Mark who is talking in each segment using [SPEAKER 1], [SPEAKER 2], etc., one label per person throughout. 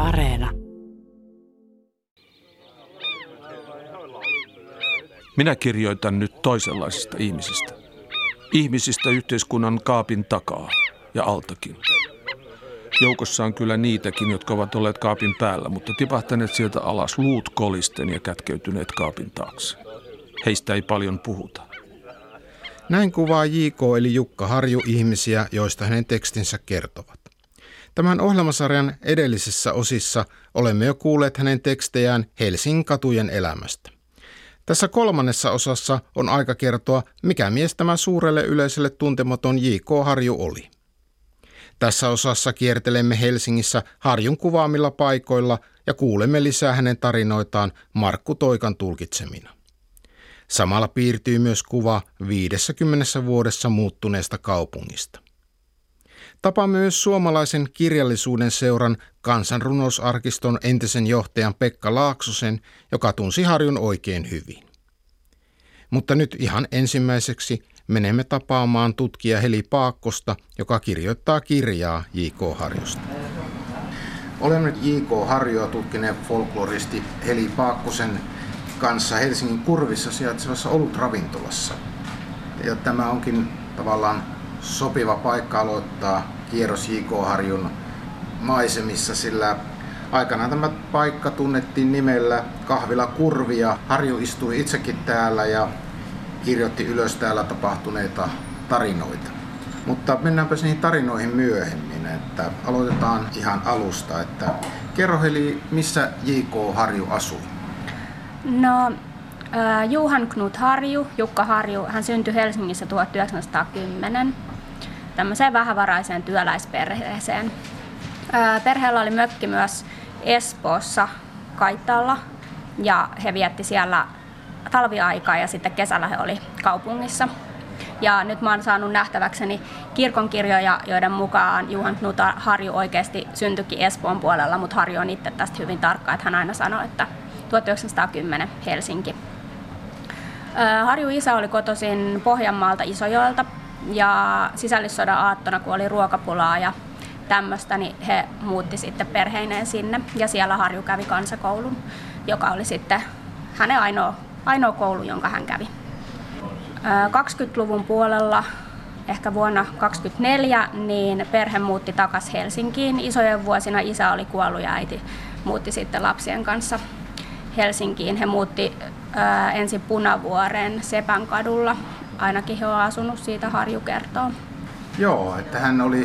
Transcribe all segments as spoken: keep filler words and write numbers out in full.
[SPEAKER 1] Areena.
[SPEAKER 2] Minä kirjoitan nyt toisenlaisista ihmisistä. Ihmisistä yhteiskunnan kaapin takaa ja altakin. Joukossa on kyllä niitäkin, jotka ovat olleet kaapin päällä, mutta tipahtaneet sieltä alas luut kolisten ja kätkeytyneet kaapin taakse. Heistä ei paljon puhuta.
[SPEAKER 3] Näin kuvaa J K eli Jukka Harju ihmisiä, joista hänen tekstinsä kertovat. Tämän ohjelmasarjan edellisissä osissa olemme jo kuulleet hänen tekstejään Helsingin katujen elämästä. Tässä kolmannessa osassa on aika kertoa, mikä mies tämä suurelle yleisölle tuntematon J K Harju oli. Tässä osassa kiertelemme Helsingissä Harjun kuvaamilla paikoilla ja kuulemme lisää hänen tarinoitaan Markku Toikan tulkitsemina. Samalla piirtyy myös kuva viidessäkymmenessä vuodessa muuttuneesta kaupungista. Tapaamme myös suomalaisen kirjallisuuden seuran kansanrunousarkiston entisen johtajan Pekka Laaksosen, joka tunsi Harjun oikein hyvin. Mutta nyt ihan ensimmäiseksi menemme tapaamaan tutkija Heli Paakkosta, joka kirjoittaa kirjaa J K Harjusta. Olemme nyt J K Harjua tutkineen folkloristi Heli Paakkosen kanssa Helsingin Kurvissa sijaitsevassa olutravintolassa. Ja tämä onkin tavallaan sopiva paikka aloittaa kierros J K Harjun maisemissa, sillä aikanaan tämä paikka tunnettiin nimellä Kahvila Kurvi ja Harju istui itsekin täällä ja kirjoitti ylös täällä tapahtuneita tarinoita. Mutta mennäänpä niihin tarinoihin myöhemmin, että aloitetaan ihan alusta. Että kerro Heli, missä J K Harju asui?
[SPEAKER 4] No, äh, Johan Knut Harju, Jukka Harju, hän syntyi Helsingissä tuhatyhdeksänsataakymmenen tämmöiseen vähävaraiseen työläisperheeseen. Äh, perheellä oli mökki myös Espoossa Kaitalla ja he vietti siellä talviaikaa ja sitten kesällä he oli kaupungissa. Ja nyt mä oon saanut nähtäväkseni kirkonkirjoja, joiden mukaan Johan Knut Harju oikeasti syntyikin Espoon puolella, mutta Harju on itse tästä hyvin tarkka, että hän aina sanoi, että tuhatyhdeksänsataakymmenen Helsinki. Harju isä oli kotoisin Pohjanmaalta Isojoelta ja sisällissodan aattona, kun oli ruokapulaa ja tämmöistä, niin he muutti sitten perheineen sinne ja siellä Harju kävi kansakoulun, joka oli sitten hänen ainoa, ainoa koulu, jonka hän kävi. kaksikymmentäluvun puolella, ehkä vuonna kaksikymmentäneljä, niin perhe muutti takaisin Helsinkiin. Isojen vuosina isä oli kuollut ja äiti muutti sitten lapsien kanssa Helsinkiin. He muutti ää, ensin Punavuoren Sepänkadulla. Ainakin he ovat asunut siitä, Harju kertoo.
[SPEAKER 3] Joo, että hän oli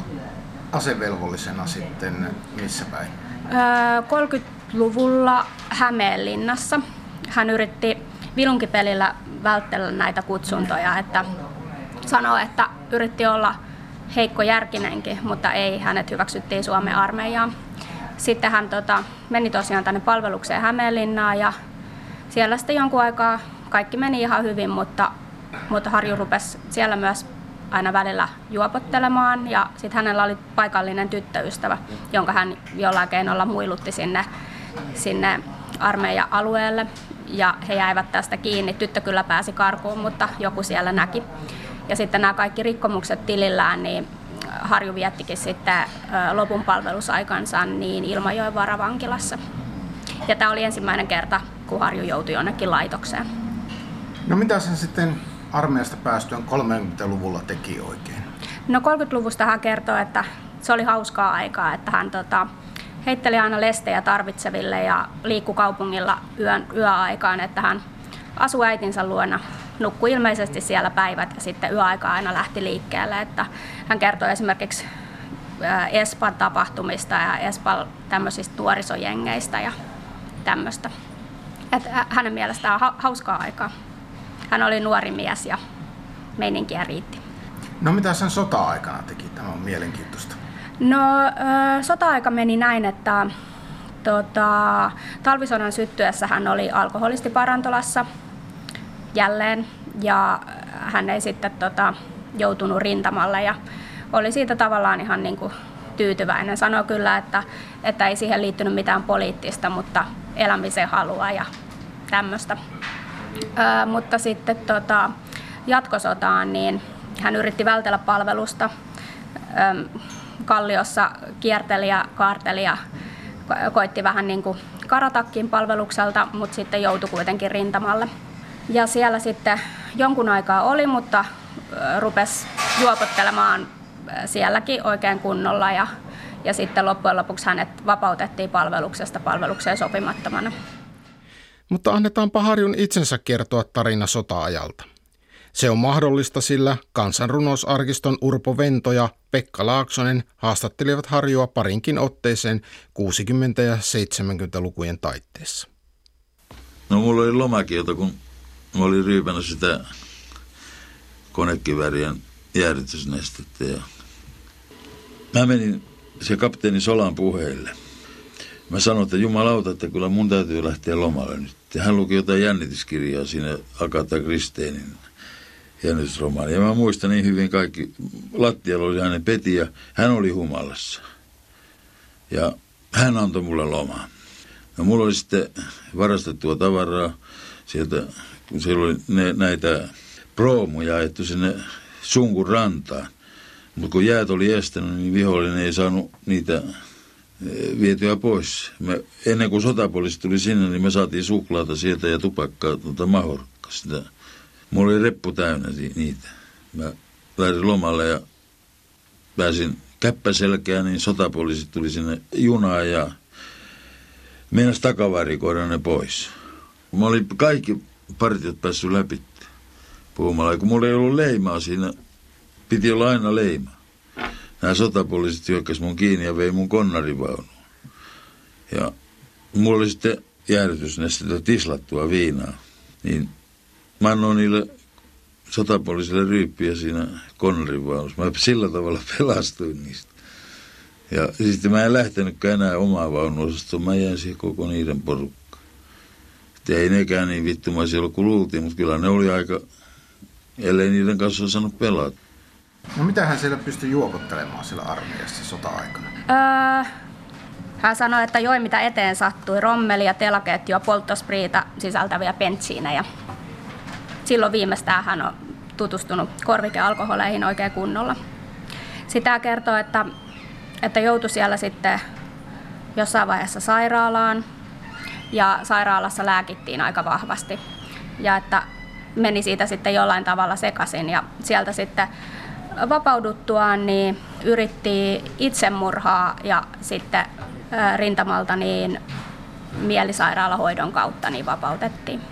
[SPEAKER 3] asevelvollisena sitten missä päin?
[SPEAKER 4] Ää, kolmekymmentäluvulla Hämeenlinnassa. Hän yritti vilunkipelillä välttellä näitä kutsuntoja, että sanoi, että yritti olla heikko järkinenkin, mutta ei, hänet hyväksyttiin Suomen armeijaan. Sitten hän tota, meni tosiaan tänne palvelukseen Hämeenlinnaan ja siellä sitten jonkun aikaa kaikki meni ihan hyvin, mutta, mutta Harju rupesi siellä myös aina välillä juopottelemaan ja sitten hänellä oli paikallinen tyttöystävä, jonka hän jollain keinolla muilutti sinne, sinne armeijan alueelle ja he jäivät tästä kiinni. Tyttö kyllä pääsi karkuun, mutta joku siellä näki. Ja sitten nämä kaikki rikkomukset tilillään, niin Harju viettikin sitten lopun palvelusaikansa niin Ilmajoen varavankilassa. Ja tämä oli ensimmäinen kerta, kun Harju joutui jonnekin laitokseen.
[SPEAKER 3] No mitä sen sitten armeijasta päästyään kolmekymmentäluvulla teki oikein?
[SPEAKER 4] No kolmekymmentäluvusta hän kertoo, että se oli hauskaa aikaa, että hän tota, heitteli aina lestejä tarvitseville ja liikkui kaupungilla yön, yöaikaan, että hän asui äitinsä luona. Nukkui ilmeisesti siellä päivät ja sitten yöaikaa aina lähti liikkeelle. Että hän kertoi esimerkiksi Espan tapahtumista ja Espan tämmöisistä nuorisojengeistä ja tämmöistä. Että hänen mielestään ha- hauskaa aikaa. Hän oli nuori mies ja meininkiä riitti.
[SPEAKER 3] No mitä sen sota-aikana teki? Tämä on mielenkiintoista.
[SPEAKER 4] No sota-aika meni näin, että tota, talvisodan syttyessä hän oli alkoholistiparantolassa jälleen ja hän ei sitten tota, joutunut rintamalle ja oli siitä tavallaan ihan niin kuin tyytyväinen. Sanoi kyllä, että, että ei siihen liittynyt mitään poliittista, mutta elämisen halua ja tämmöistä. Ö, mutta sitten tota, jatkosotaan niin hän yritti vältellä palvelusta. Ö, Kalliossa kierteli ja kaarteli ja koitti vähän niin kuin karatakin palvelukselta, mutta sitten joutui kuitenkin rintamalle. Ja siellä sitten jonkun aikaa oli, mutta rupesi juopottelemaan sielläkin oikein kunnolla ja, ja sitten loppujen lopuksi hänet vapautettiin palveluksesta palvelukseen sopimattomana.
[SPEAKER 3] Mutta annetaanpa Harjun itsensä kertoa tarina sota-ajalta. Se on mahdollista, sillä Kansanrunousarkiston Urpo Vento ja Pekka Laaksonen haastattelivat Harjua parinkin otteeseen kuusikymmentä- ja seitsemänkymmentälukujen taitteessa.
[SPEAKER 1] No mulla oli lomakielto, kun mä olin ryypännyt sitä konekivärien jäädytysnestettä. Ja mä menin se kapteeni Solan puheille. Mä sanoin, että jumalauta, että kyllä mun täytyy lähteä lomalle nyt. Ja hän luki jotain jännityskirjaa siinä Agatha Christienin jännitysromaani. Ja mä muistan niin hyvin kaikki. Lattialla oli hänen peti ja hän oli humalassa. Ja hän antoi mulle lomaa. No mulla oli sitten varastettua tavaraa sieltä, kun siellä oli ne, näitä proomuja ajettu sinne Sunkun rantaan. Mutta kun jäät oli estänyt, niin vihollinen ei saanut niitä vietyä pois. Me, ennen kuin sotapoliisi tuli sinne, niin me saatiin suklaata sieltä ja tupakkaa tuota mahorkkaa. Sitä. Mulla oli reppu täynnä niitä. Mä lähdin lomalle ja pääsin käppäselkään, niin sotapoliisi tuli sinne junaan ja meinas takavarikoida ne pois. Mä olin kaikki partiot päässyt läpi puhumalla. Kun mulla ei ollut leimaa siinä, piti olla aina leima. Nämä sotapoliisit hyökkäsivät mun kiinni ja vei mun konnarivaunuun. Ja mulla oli sitten jäädytysnestettä tislattua viinaa. Niin mä annoin niille sotapoliisille ryyppiä siinä konnarivaunussa. Mä sillä tavalla pelastuin niistä. Ja sitten mä en lähtenytkään enää omaa vaunuosastoon. Mä jäin siihen koko niiden porukkaan. Että ei nekään niin vittumaisia ollut kuin luultiin, mutta kyllä ne oli aika, ellei niiden kanssa saanut pelata.
[SPEAKER 3] No mitä hän siellä pystyi juopottelemaan siellä armeijassa sota-aikana?
[SPEAKER 4] Öö, hän sanoi, että joi mitä eteen sattui, rommelia, telaketjua, polttospriita sisältäviä bensiinejä. Silloin viimeistään hän on tutustunut korvikealkoholeihin oikein kunnolla. Sitä kertoo, että, että joutui siellä sitten jossain vaiheessa sairaalaan ja sairaalassa lääkittiin aika vahvasti. Ja että meni siitä sitten jollain tavalla sekaisin ja sieltä sitten vapauduttuaan niin yritti itsemurhaa ja sitten rintamalta niin mielisairaalahoidon kautta niin vapautettiin.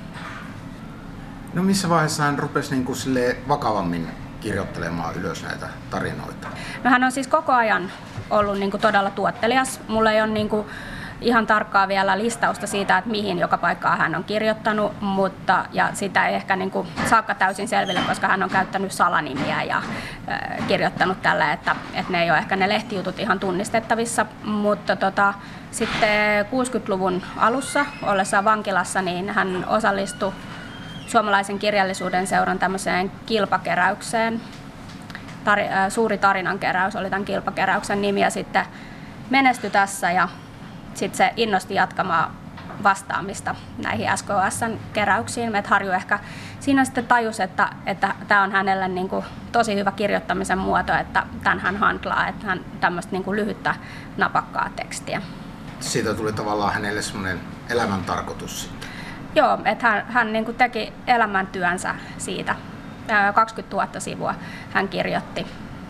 [SPEAKER 3] No missä vaiheessa hän rupesi niin kuin vakavammin kirjoittelemaan ylös näitä tarinoita?
[SPEAKER 4] No hän on siis koko ajan ollut niin kuin todella tuottelias. Mulla ei ole niin kuin ihan tarkkaa vielä listausta siitä, että mihin joka paikkaa hän on kirjoittanut, mutta ja sitä ei ehkä niin kuin saakka täysin selville, koska hän on käyttänyt salanimiä ja äh, kirjoittanut tällä, että, että ne ei ole ehkä ne lehtijutut ihan tunnistettavissa, mutta tota, sitten kuusikymmentäluvun alussa ollessaan vankilassa, niin hän osallistui suomalaisen kirjallisuuden seuran tämmöiseen kilpakeräykseen. Tari, äh, suuri tarinankeräys oli tämän kilpakeräyksen nimi ja sitten menestyi tässä ja sitten se innosti jatkamaan vastaamista näihin S K S:n keräyksiin. Et Harju ehkä siinä sitten tajusi, että että tämä on hänelle niinku tosi hyvä kirjoittamisen muoto, että tämän hän handlaa, että hän tämmöistä niinku lyhyttä napakkaa tekstiä.
[SPEAKER 3] Siitä tuli tavallaan hänelle semmoinen elämäntarkoitus sitten.
[SPEAKER 4] Joo, että hän, hän niinku teki elämäntyönsä siitä. kaksikymmentätuhatta sivua hän kirjoitti.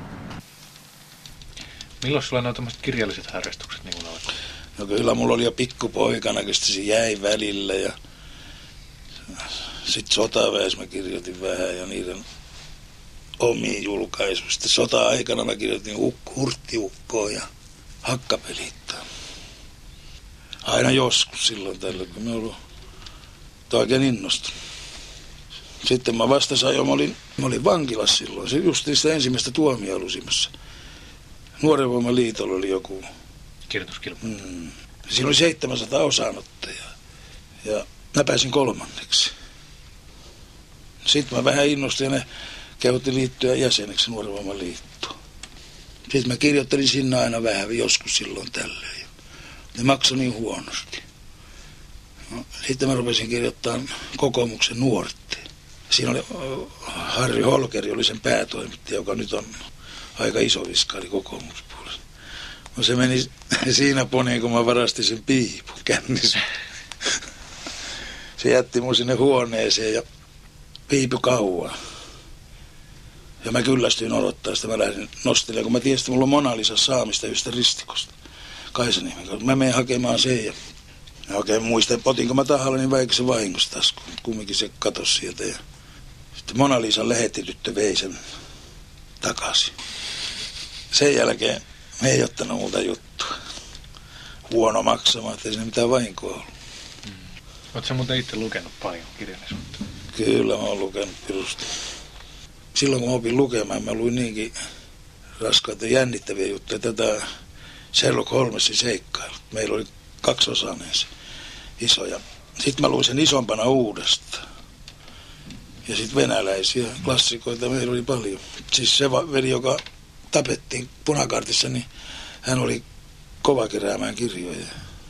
[SPEAKER 5] Milloin sulla nuo tämmöiset kirjalliset harrastukset niin alkoi?
[SPEAKER 1] No kyllä mulla oli jo pikkupoikana, kun se jäi välillä ja sitten sotaväessä mä kirjoitin vähän ja niiden omiin julkaisuja. Sitten sota-aikana mä kirjoitin uk- hurttiukkoa ja hakkapeliittaa. Aina joskus silloin tällöin, kun mä olin oikein innostunut. Sitten mä vasta sain, mä olin, mä olin vankilassa silloin, se justiin sitä ensimmäistä tuomioalusimassa. Nuoren Voiman liitolla oli joku
[SPEAKER 5] kirjoituskilpailu.
[SPEAKER 1] Mm. Siinä oli seitsemänsataa osaanottajaa ja mä pääsin kolmanneksi. Sitten mä vähän innostuin ja ne kehotti liittyä jäseneksi Nuoren Voiman liittoon. Sitten mä kirjoittelin sinne aina vähän, joskus silloin tälleen. Ne maksoi niin huonosti. No, sitten mä rupesin kirjoittamaan kokoomuksen nuorten. Siinä oli Harri Holkeri, oli sen päätoimittaja, joka nyt on aika iso viskaali kokoomuksen puolesta. No se meni siinä poniin, kun mä varastin sen piipun kännissä. Se jätti mun sinne huoneeseen ja piipu kauan. Ja mä kyllästyin odottaa sitä. Mä lähdin nostelemaan, kun mä tiesin, että mulla on Mona Lisa saamista yhdestä ristikosta. Kaisaniemen kautta. Mä menen hakemaan sen ja, ja oikein muistan, otinko mä tahalla, niin väikö se vahingossa taskuun. Kumminkin se katosi sieltä ja sitten Mona Lisan lähetti-tyttö vei sen takaisin. Sen jälkeen he ei ottanut multa juttua. Huono maksamaan, ettei siinä mitään vahinkoa ollut.
[SPEAKER 5] Mm. Oletko muuten itse lukenut paljon kirjallisuutta?
[SPEAKER 1] Kyllä mä oon lukenut pirusti. Silloin kun mä opin lukemaan, mä luin niinkin raskaita ja jännittäviä juttuja. Tätä Sherlock Holmesin seikkailut. Meillä oli kaksiosainen se iso. Sitten mä luin sen isompana uudestaan. Ja sitten venäläisiä klassikoita meillä oli paljon. Siis se veli, joka tapettiin punakaartissa, niin hän oli kova keräämään kirjoja.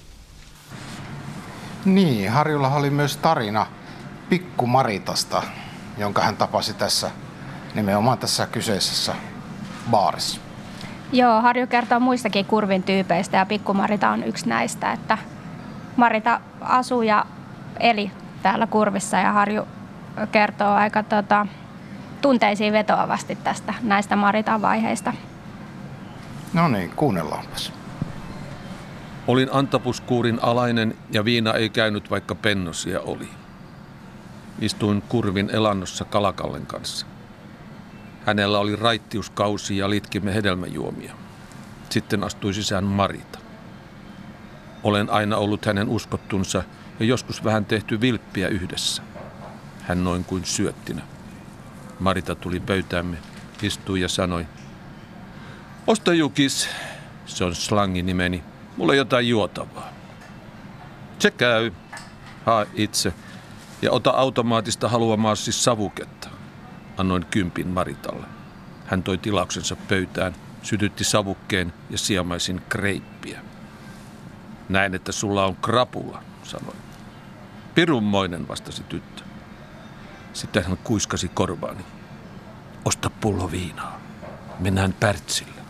[SPEAKER 3] Niin, Harjulla oli myös tarina Pikku Maritasta, jonka hän tapasi tässä nimenomaan tässä kyseisessä baarissa.
[SPEAKER 4] Joo, Harju kertoo muistakin Kurvin tyypeistä ja Pikku Marita on yksi näistä. Että Marita asui ja eli täällä Kurvissa ja Harju kertoo aika tota, tunteisiin vetoavasti tästä näistä Maritan vaiheista.
[SPEAKER 3] No niin, kuunnellaanpas.
[SPEAKER 2] Olin Antapuskuurin alainen ja viina ei käynyt, vaikka pennosia oli. Istuin Kurvin elannossa Kalakallen kanssa. Hänellä oli raittiuskausi ja litkimme hedelmäjuomia. Sitten astui sisään Marita. Olen aina ollut hänen uskottunsa ja joskus vähän tehty vilppiä yhdessä. Hän noin kuin syöttinä. Marita tuli pöytäämme, istui ja sanoi: "Osta Jukis, se on slanginimeni, mulla on jotain juotavaa." "Se käy, hae itse ja ota automaatista haluamaasi savuketta." Annoin kympin Maritalle. Hän toi tilauksensa pöytään, sytytti savukkeen ja siemaisin kreippiä. "Näin, että sulla on krapula", sanoin. "Pirunmoinen", vastasi tyttö. Sitten hän kuiskasi korvaani: "Osta pullo viinaa. Mennään Pärtsille."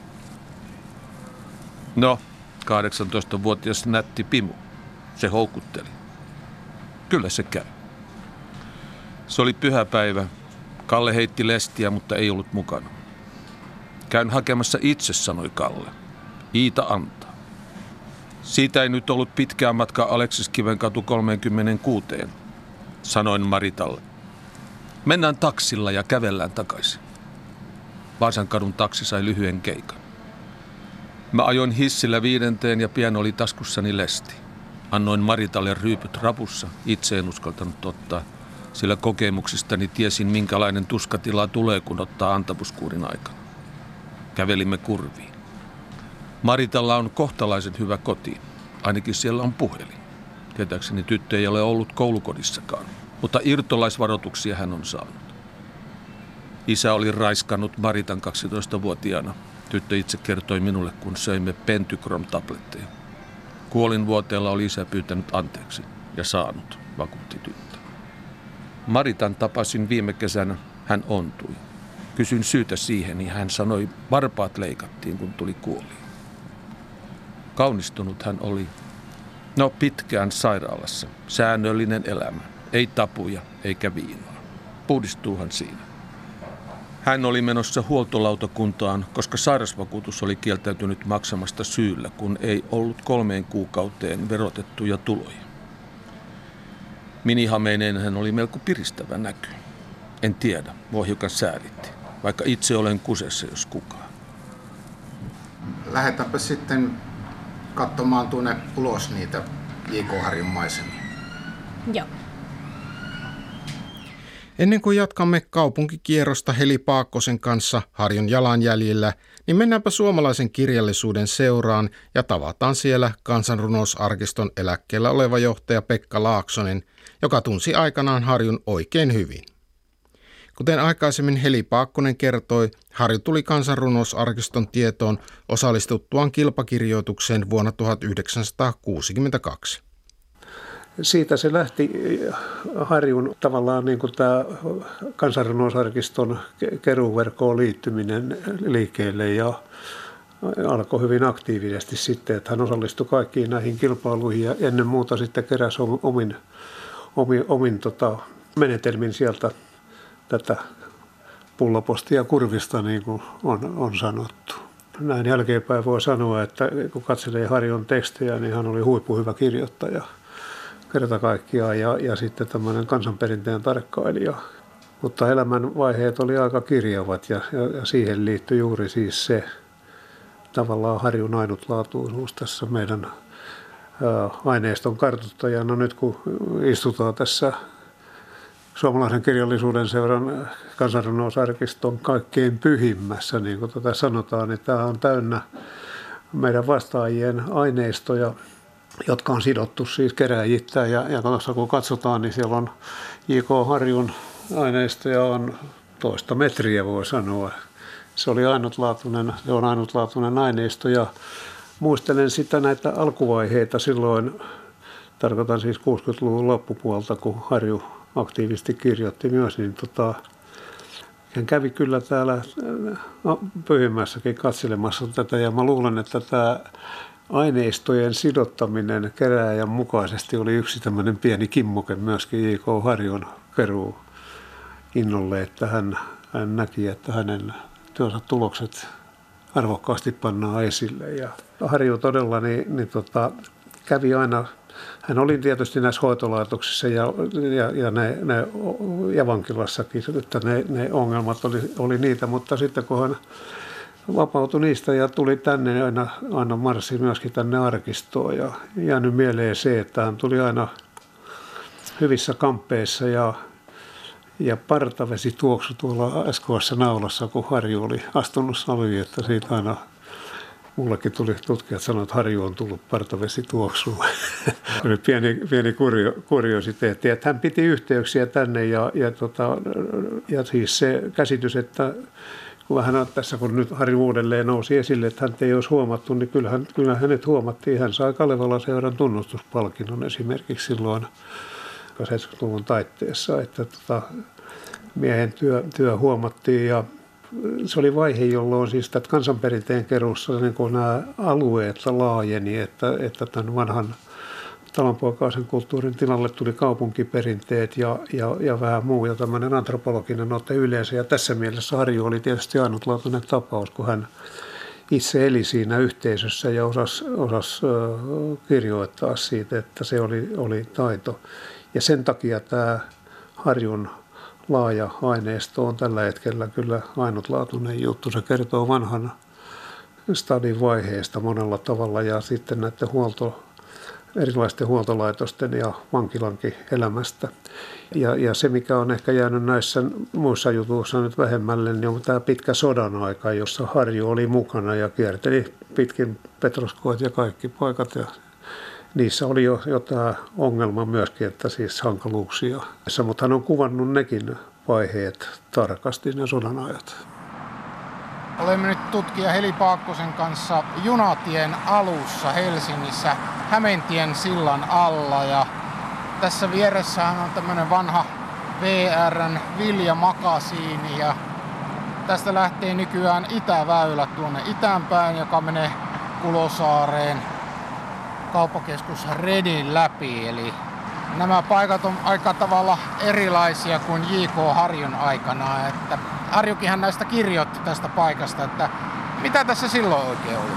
[SPEAKER 2] No, kahdeksantoistavuotias nätti Pimu. Se houkutteli. Kyllä se käy. Se oli pyhäpäivä. Kalle heitti lestiä, mutta ei ollut mukana. "Käyn hakemassa itse", sanoi Kalle. "Iita antaa." Siitä ei nyt ollut pitkään matka Aleksiskiven katu kolmekymmentäkuusi, sanoin Maritalle. "Mennään taksilla ja kävellään takaisin." Vaasankadun taksi sai lyhyen keikan. Mä ajoin hissillä viidenteen ja pian oli taskussani lesti. Annoin Maritalle ryypyt rapussa, itse en uskaltanut ottaa, sillä kokemuksistani tiesin minkälainen tuskatila tulee, kun ottaa Antapuskuurin aikana. Kävelimme Kurviin. Maritalla on kohtalaisen hyvä koti, ainakin siellä on puhelin. Tietääkseni tyttö ei ole ollut koulukodissakaan, mutta irtolaisvaroituksia hän on saanut. Isä oli raiskannut Maritan kaksitoistavuotiaana. Tyttö itse kertoi minulle, kun söimme Pentykrom-tabletteja. Kuolinvuoteella oli isä pyytänyt anteeksi ja saanut, vakuutti tyttö. Maritan tapasin viime kesänä, hän ontui. Kysyin syytä siihen, niin hän sanoi, varpaat leikattiin, kun tuli kuoliin. Kaunistunut hän oli. No, pitkään sairaalassa, säännöllinen elämä, ei tapuja eikä viinaa. Puhdistuuhan siinä. Hän oli menossa huoltolautakuntaan, koska sairausvakuutus oli kieltäytynyt maksamasta syyllä, kun ei ollut kolmeen kuukauteen verotettuja tuloja. Minihameineen hän oli melko piristävä näky. En tiedä, mua hiukan säälitti, vaikka itse olen kusessa jos kukaan.
[SPEAKER 3] Lähdetäänpä sitten katsomaan tuonne ulos niitä J K Harjun maisemia.
[SPEAKER 4] Joo.
[SPEAKER 3] Ennen kuin jatkamme kaupunkikierrosta Heli Paakkosen kanssa Harjun jalanjäljillä, niin mennäänpä suomalaisen kirjallisuuden seuraan ja tavataan siellä Kansanrunousarkiston eläkkeellä oleva johtaja Pekka Laaksonen, joka tunsi aikanaan Harjun oikein hyvin. Kuten aikaisemmin Heli Paakkonen kertoi, Harju tuli Kansanrunousarkiston tietoon osallistuttuaan kilpakirjoitukseen vuonna tuhatyhdeksänsataakuusikymmentäkaksi.
[SPEAKER 6] Siitä se lähti Harjun tavallaan niin kuin tämä Kansanrunousarkiston keruuverkkoon liittyminen liikkeelle ja alkoi hyvin aktiivisesti sitten, että hän osallistui kaikkiin näihin kilpailuihin ja ennen muuta sitten keräsi omin, omin, omin tota, menetelmin sieltä tätä pullopostia kurvista, niin kuin on, on sanottu. Näin jälkeenpäin voi sanoa, että kun katselee Harjun tekstejä, niin hän oli huippuhyvä kirjoittaja kerta kaikkiaan ja, ja sitten tämmöinen kansanperinteen tarkkailija. Mutta elämän vaiheet oli aika kirjavat ja, ja, ja siihen liittyi juuri siis se tavallaan Harjun ainutlaatuisuus tässä meidän ä, aineiston kartoittajana. Nyt kun istutaan tässä Suomalaisen kirjallisuuden seuran kansanrunousarkiston kaikkein pyhimmässä, niin kuin tätä sanotaan, niin tämä on täynnä meidän vastaajien aineistoja, jotka on sidottu siis kerääjittäin. Ja, ja tuossa kun katsotaan, niin siellä on J K Harjun aineistoja on toista metriä, voi sanoa. Se oli ainutlaatuinen, se on ainutlaatuinen aineisto ja muistelen sitä näitä alkuvaiheita silloin, tarkoitan siis kuusikymmentäluvun loppupuolta, kun Harju aktiivisesti kirjoitti myös, niin tota, hän kävi kyllä täällä Pyhimmässäkin katselemassa tätä ja mä luulen, että tämä aineistojen sidottaminen kerääjän mukaisesti oli yksi tämmöinen pieni kimmoke myöskin J K Harjun keruu innolle, että hän, hän näki, että hänen työnsä tulokset arvokkaasti pannaan esille. Ja Harju todella niin, niin tota, kävi aina, hän oli tietysti näissä hoitolaitoksissa ja, ja, ja, ne, ne, ja vankilassakin, että ne, ne ongelmat oli, oli niitä, mutta sitten kun hän vapautui niistä ja tuli tänne, aina, aina marssi myöskin tänne arkistoon ja jäänyt mieleen se, että hän tuli aina hyvissä kamppeissa ja Ja partavesi tuoksui tuolla äskeisessä naulassa, kun Harju oli astunut saliin, että siitä aina mullekin tuli tutkijat sanoa, että Harju on tullut partavesi tuoksuun. pieni pieni kurio, kuriositeetti, että hän piti yhteyksiä tänne ja, ja, tota, ja siis se käsitys, että kun vähän tässä kun nyt Harju uudelleen nousi esille, että hän ei olisi huomattu, niin kyllähän, kyllähän hänet huomattiin. Hän sai Kalevalan seuran tunnustuspalkinnon esimerkiksi silloin seitsemänkymmentäluvun taitteessa, että tota, miehen työ, työ huomattiin ja se oli vaihe, jolloin siis kansanperinteen keruussa niin kun nämä alueet laajeni, että, että tämän vanhan talonpoikaisen kulttuurin tilalle tuli kaupunkiperinteet ja, ja, ja vähän muu ja tämmöinen antropologinen ote yleensä ja tässä mielessä Harju oli tietysti ainutlaatuinen tapaus, kun hän itse eli siinä yhteisössä ja osasi, osasi kirjoittaa siitä, että se oli, oli taito. Ja sen takia tämä Harjun laaja aineisto on tällä hetkellä kyllä ainutlaatuinen juttu. Se kertoo vanhan stadin vaiheesta monella tavalla ja sitten näiden huolto, erilaisten huoltolaitosten ja vankilankin elämästä. Ja, ja se, mikä on ehkä jäänyt näissä muissa jutuissa nyt vähemmälle, niin on tämä pitkä sodan aika, jossa Harju oli mukana ja kierteli pitkin Petroskoit ja kaikki paikat. Ja niissä oli jo jotain ongelmaa myöskin, että siis hankaluuksia. Mutta hän on kuvannut nekin vaiheet tarkasti, ne sodan ajat.
[SPEAKER 7] Olemme nyt tutkija Heli Paakkosen kanssa junatien alussa Helsingissä Hämeentien sillan alla. Ja tässä vieressähän on tämmöinen vanha V R:n viljamakasiini ja tästä lähtee nykyään itäväylä tuonne itäänpäin, joka menee Kulosaareen kauppakeskus Redin läpi. Eli nämä paikat on aika tavalla erilaisia kuin J K Harjun aikana. Että Harjukinhan näistä kirjoitti tästä paikasta, että mitä tässä silloin oikein oli?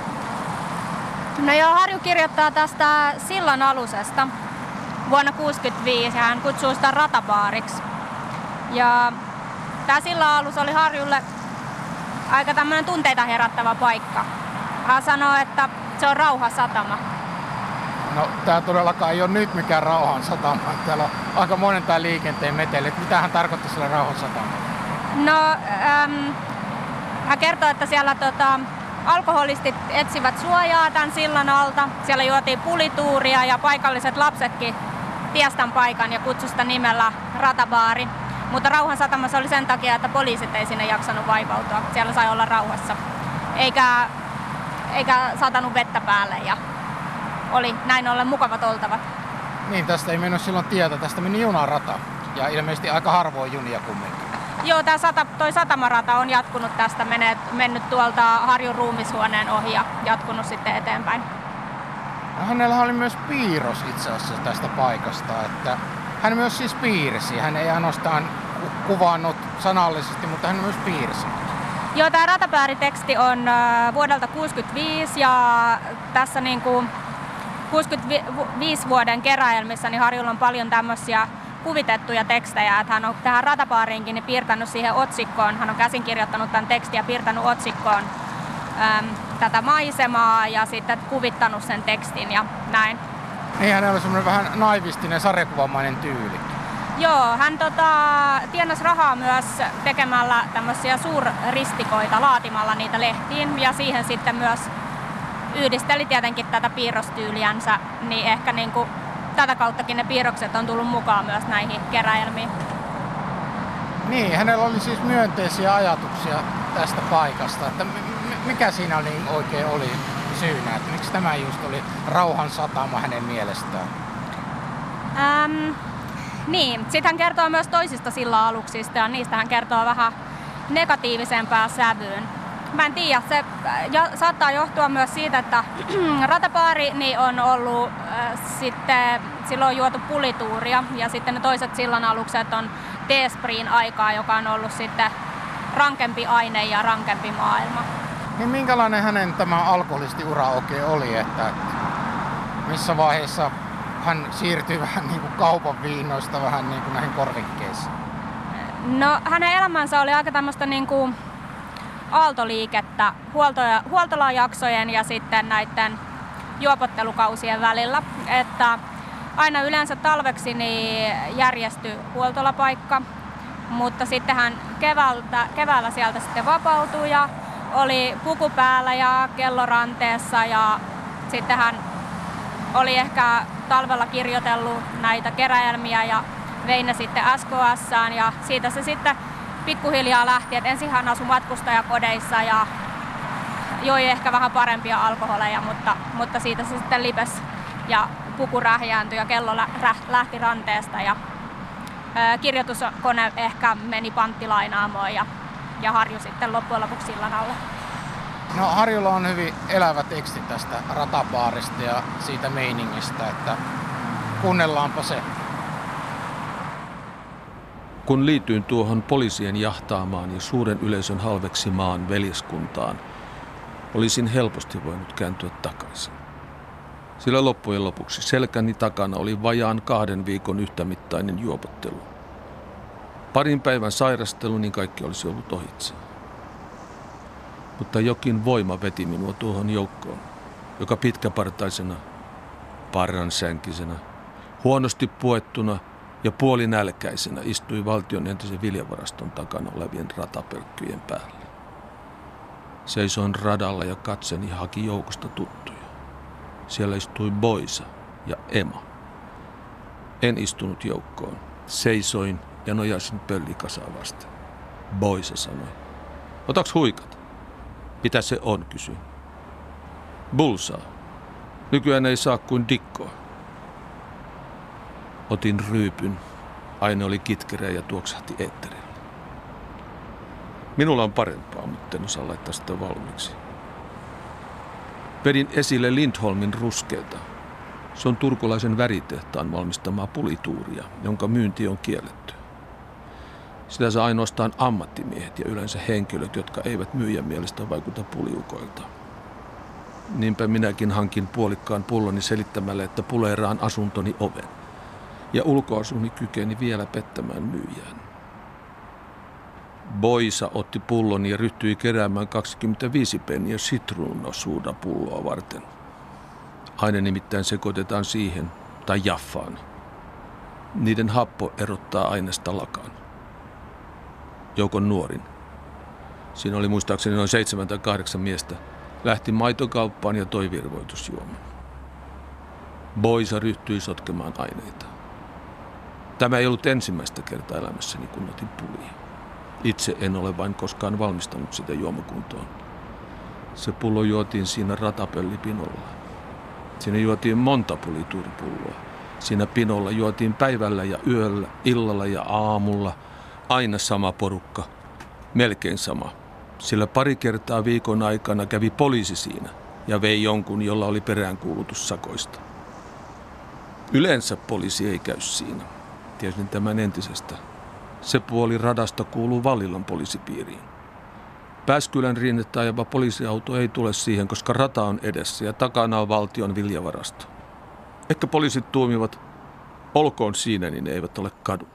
[SPEAKER 4] No joo, Harju kirjoittaa tästä sillan alusesta vuonna tuhatyhdeksänsataakuusikymmentäviisi ja hän kutsuu sitä ratabaariksi. Ja tämä sillan alus oli Harjulle aika tämmöinen tunteita herättävä paikka. Hän sanoo, että se on rauhasatama.
[SPEAKER 7] No tää todellakaan ei ole nyt mikään rauhansatama. Täällä on aika monen tää liikenteen meteli. Mitä hän tarkoitti sillä rauhansatamalla?
[SPEAKER 4] No äm, hän kertoo, että siellä tota, alkoholistit etsivät suojaa tämän sillan alta. Siellä juotiin pulituuria ja paikalliset lapsetkin tiestän paikan ja kutsuivat sitä nimellä ratabaari. Mutta rauhansatamassa oli sen takia, että poliisit ei sinne jaksanut vaivautua. Siellä sai olla rauhassa. Eikä, eikä satanut vettä päälle ja oli näin ollen mukavat oltavat.
[SPEAKER 7] Niin, tästä ei mennyt silloin tietä. Tästä meni junarata ja ilmeisesti aika harvoin junia kumminkin.
[SPEAKER 4] Joo, tää sata, toi satamarata on jatkunut tästä, menet, mennyt tuolta Harjun ruumishuoneen ohi ja jatkunut sitten eteenpäin.
[SPEAKER 7] Hänellä oli myös piirros itse asiassa tästä paikasta, että hän myös siis piirsi. Hän ei ainoastaan kuvannut sanallisesti, mutta hän myös piirsi.
[SPEAKER 4] Joo, tämä ratapääriteksti on vuodelta kuusikymmentäviisi ja tässä niin kuin kuusikymmentäviisi vuoden keräelmissä niin Harjulla on paljon tämmöisiä kuvitettuja tekstejä, että hän on tähän ratapaariinkin niin piirtänyt siihen otsikkoon, hän on käsinkirjoittanut tämän tekstin ja piirtänyt otsikkoon äm, tätä maisemaa ja sitten kuvittanut sen tekstin ja näin.
[SPEAKER 7] Niin, hänellä oli semmoinen vähän naivistinen sarjakuvamainen tyyli.
[SPEAKER 4] Joo, hän tota, tienasi rahaa myös tekemällä tämmöisiä suurristikoita, laatimalla niitä lehtiin ja siihen sitten myös yhdisteli tietenkin tätä piirrostyyliänsä, niin ehkä niin kuin tätä kauttakin ne piirrokset on tullut mukaan myös näihin keräelmiin.
[SPEAKER 7] Niin, hänellä oli siis myönteisiä ajatuksia tästä paikasta, että mikä siinä oli oikein oli syynä, että miksi tämä just oli rauhan satama hänen mielestään?
[SPEAKER 4] Ähm, niin, sitten hän kertoo myös toisista silla-aluksista ja niistä hän kertoo vähän negatiivisempään sävyyn. Mä en tiedä, se ja, saattaa johtua myös siitä, että ratapaari niin on ollut äh, sitten, silloin on juotu pulituuria ja sitten ne toiset sillan alukset on teespriin aikaa, joka on ollut sitten rankempi aine ja rankempi maailma.
[SPEAKER 7] Niin minkälainen hänen tämä alkoholistiura oikein oli, että missä vaiheessa hän siirtyi vähän niin kuin kaupan viinoista vähän niin kuin näihin korvikkeisiin?
[SPEAKER 4] No hänen elämänsä oli aika tämmöistä niin kuin aaltoliikettä huolto- huoltolajaksojen ja sitten näiden juopottelukausien välillä. Että aina yleensä talveksi niin järjestyi huoltolapaikka, mutta sitten hän keväältä, keväällä sieltä sitten vapautui ja oli puku päällä ja kello ranteessa ja sitten hän oli ehkä talvella kirjoitellut näitä keräelmiä ja vei ne sitten S K S:ään ja siitä se sitten pikkuhiljaa lähti, että ensin hän asui matkustajakodeissa ja joi ehkä vähän parempia alkoholeja, mutta, mutta siitä se sitten lipesi ja puku rähjääntyi ja kello lä- rä- lähti ranteesta ja ää, kirjoituskone ehkä meni panttilainaamoon ja, ja Harju sitten loppujen lopuksi sillan alle.
[SPEAKER 7] No Harjulla on hyvin elävä teksti tästä ratapaarista ja siitä meiningistä, että kuunnellaanpa se.
[SPEAKER 2] Kun liityin tuohon poliisien jahtaamaan ja suuren yleisön halveksimaan veljeskuntaan, olisin helposti voinut kääntyä takaisin. Sillä loppujen lopuksi selkäni takana oli vajaan kahden viikon yhtämittainen juopottelu. Parin päivän sairastelu, niin kaikki olisi ollut ohitse. Mutta jokin voima veti minua tuohon joukkoon, joka pitkäpartaisena, parransänkisenä, huonosti puettuna ja puolinälkäisenä istui valtion entisen viljavaraston takana olevien ratapölkkyjen päällä. Seisoin radalla ja katseni haki joukosta tuttuja. Siellä istui Boisa ja Emma. En istunut joukkoon. Seisoin ja nojasin pöllikasaa vasten. Boisa sanoi. Otaks huikat? Mitä se on, kysyin. Bulsaa. Nykyään ei saa kuin dikkoa. Otin ryypyn. Aine oli kitkereä ja tuoksahti eetterille. Minulla on parempaa, mutta en osaa laittaa sitä valmiiksi. Vedin esille Lindholmin ruskeita. Se on turkulaisen väritehtaan valmistamaa pulituuria, jonka myynti on kielletty. Sitä saa ainoastaan ammattimiehet ja yleensä henkilöt, jotka eivät myyjän mielestä vaikuta puliukoilta. Niinpä minäkin hankin puolikkaan pulloni selittämällä, että puleeraan asuntoni oven. Ja ulkoasuni kykeni vielä pettämään myyjään. Boisa otti pullon ja ryhtyi keräämään kaksikymmentäviisi penniä sitruunosuudapulloa varten. Aine nimittäin sekoitetaan siihen tai jaffaan. Niiden happo erottaa aineesta lakan. Joukon nuorin. Siinä oli muistaakseni noin seitsemän tai kahdeksan miestä. Lähti maitokauppaan ja toi virvoitusjuoman. Boisa ryhtyi sotkemaan aineita. Tämä ei ollut ensimmäistä kertaa elämässäni, kun otin pulia. Itse en ole vain koskaan valmistanut sitä juomakuntoon. Se pullo juotiin siinä ratapöllipinolla. Siinä juotiin monta pulituuripulloa. Siinä pinolla juotiin päivällä ja yöllä, illalla ja aamulla, aina sama porukka, melkein sama, sillä pari kertaa viikon aikana kävi poliisi siinä ja vei jonkun, jolla oli peräänkuulutus sakoista. Yleensä poliisi ei käy siinä. Tiesin tämän entisestä. Se puoli radasta kuuluu Vallillan poliisipiiriin. Pääskylän rinnettä ajava poliisiauto ei tule siihen, koska rata on edessä ja takana on valtion viljavarasto. Ehkä poliisit tuomivat, olkoon siinä, niin ne eivät ole kadulla.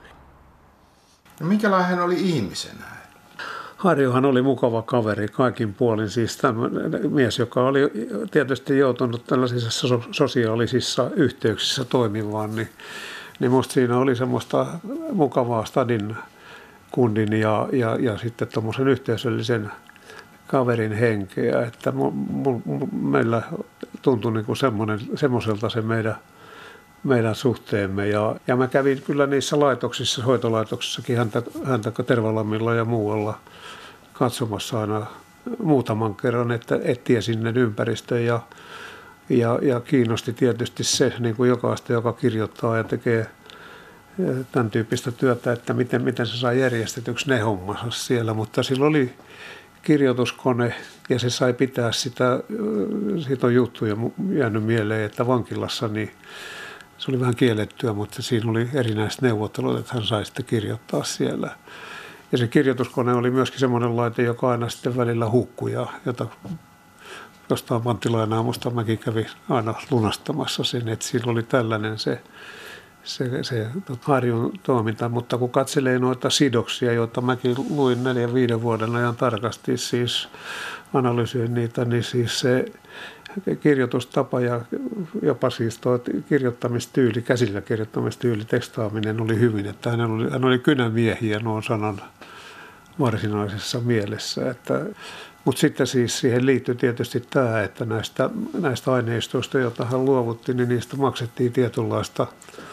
[SPEAKER 3] No minkälainen hän oli ihmisenä?
[SPEAKER 6] Harjuhan oli mukava kaveri kaikin puolin, siis tämmöinen mies, joka oli tietysti joutunut tällaisissa sosiaalisissa yhteyksissä toimimaan, niin, niin musta siinä oli semmoista mukavaa stadin kundin ja, ja, ja sitten tuommoisen yhteisöllisen kaverin henkeä, että mu, mu, mu, meillä tuntui niin kuin semmoiselta se meidän, meidän suhteemme. Ja, ja mä kävin kyllä niissä laitoksissa, hoitolaitoksissakin häntä, häntä Tervalammilla ja muualla katsomassa aina muutaman kerran, että et tiesin ne ympäristön ja, ja, ja kiinnosti tietysti se, niin kuin jokaista, joka kirjoittaa ja tekee tämän tyyppistä työtä, että miten, miten se saa järjestetyksi ne hommansa siellä, mutta sillä oli kirjoituskone ja se sai pitää sitä, siitä on juttuja jäänyt mieleen, että vankilassa niin se oli vähän kiellettyä, mutta siinä oli erinäiset neuvottelut, että hän sai sitten kirjoittaa siellä. Ja se kirjoituskone oli myöskin semmoinen laite, joka aina sitten välillä hukkui, jota jostain panttilainaamusta mäkin kävin aina lunastamassa sen, että sillä oli tällainen se se, se Harjun toiminta, mutta kun katselee noita sidoksia, joita mäkin luin neljän viiden vuoden ajan tarkasti, siis analysoin niitä, niin siis se kirjoitustapa ja jopa siis tuo kirjoittamistyyli, käsillä kirjoittamistyyli, tekstaaminen oli hyvin, että hän oli, hän oli kynämiehiä nuon sanan varsinaisessa mielessä, että mutta sitten siis siihen liittyi tietysti tämä, että näistä, näistä aineistoista, joita hän luovutti, niin niistä maksettiin tietynlaista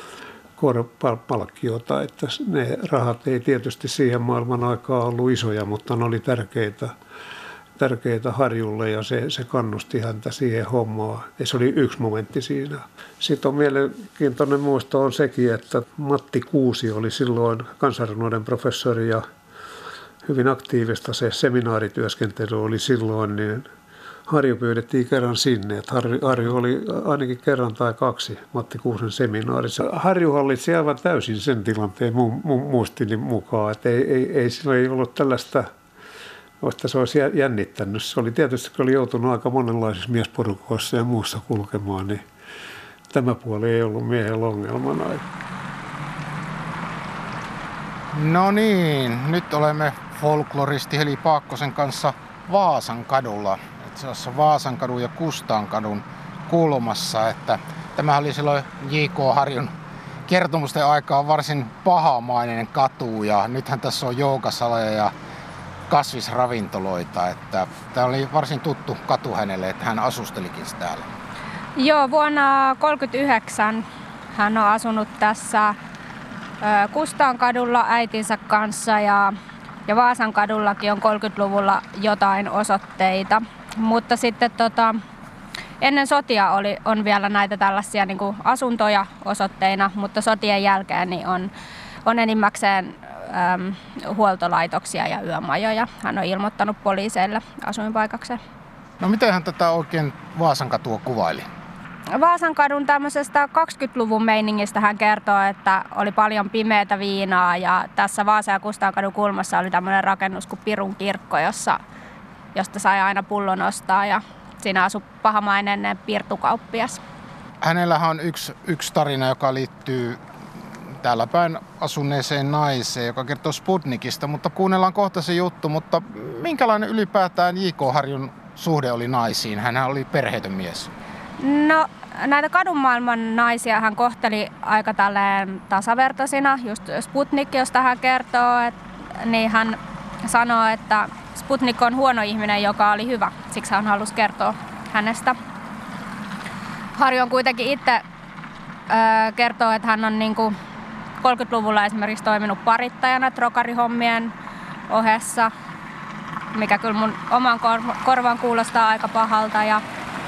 [SPEAKER 6] palkkiota, että ne rahat ei tietysti siihen maailman aikaan ollut isoja, mutta ne oli tärkeitä, tärkeitä Harjulle ja se, se kannusti häntä siihen hommaan. Ja se oli yksi momentti siinä. Sitten on mielenkiintoinen muisto on sekin, että Matti Kuusi oli silloin kansanrunouden professori ja hyvin aktiivista se seminaarityöskentely oli silloin, niin Harju pyydettiin kerran sinne. Että Harju oli ainakin kerran tai kaksi Matti Kuusen seminaarissa. Harju hallitsi aivan täysin sen tilanteen mu- mu- muistini mukaan. Että ei, ei, ei sillä ei ollut tällaista, että se olisi jännittänyt. Se oli tietysti, kun oli joutunut aika monenlaisissa miesporukoissa ja muussa kulkemaan, niin tämä puoli ei ollut miehellä ongelmana.
[SPEAKER 7] No niin, nyt olemme folkloristi Heli Paakkosen kanssa Vaasan kadulla. Itse asiassa Vaasan kadun ja Kustaan kadun kulmassa. Että tämä oli silloin J K Harjun kertomusten aikaan varsin pahamainen katu ja nythän tässä on joukasaleja ja kasvisravintoloita. Että tämä oli varsin tuttu katu hänelle, että hän asustelikin täällä.
[SPEAKER 4] Joo, vuonna tuhatyhdeksänsataakolmekymmentäyhdeksän hän on asunut tässä Kustaan kadulla äitinsä kanssa ja, ja Vaasan kadullakin on kolmekymmentäluvulla jotain osoitteita. Mutta sitten tota, ennen sotia oli, on vielä näitä tällaisia niin kuin asuntoja osoitteina, mutta sotien jälkeen niin on, on enimmäkseen äm, huoltolaitoksia ja yömajoja. Hän on ilmoittanut poliiseille asuinpaikakseen.
[SPEAKER 7] No miten hän tätä oikein Vaasan katua kuvaili?
[SPEAKER 4] Vaasan kadun tämmöisestä kaksikymmentäluvun meiningistä hän kertoo, että oli paljon pimeätä viinaa ja tässä Vaasan ja Kustaan kadun kulmassa oli tämmöinen rakennus kuin Pirun kirkko, jossa, josta sai aina pullon ostaa ja siinä asui pahamainen pirtukauppias.
[SPEAKER 7] Hänellähän on yksi, yksi tarina, joka liittyy täällä päin asuneeseen naiseen, joka kertoo Sputnikista, mutta kuunnellaan kohta se juttu, mutta minkälainen ylipäätään J K Harjun suhde oli naisiin? Hänhän oli perheetön mies.
[SPEAKER 4] No näitä kadunmaailman naisia hän kohteli aika tälleen tasavertaisina. Just Sputnik, josta hän kertoo, että, niin hän sanoo, että Sputnik on huono ihminen, joka oli hyvä. Siksi hän halusi kertoa hänestä. Harju on kuitenkin itse äh, kertoo, että hän on niinku kolmekymmentäluvulla esimerkiksi toiminut parittajana trokarihommien ohessa, mikä kyllä mun oman korvaan kuulostaa aika pahalta. Ja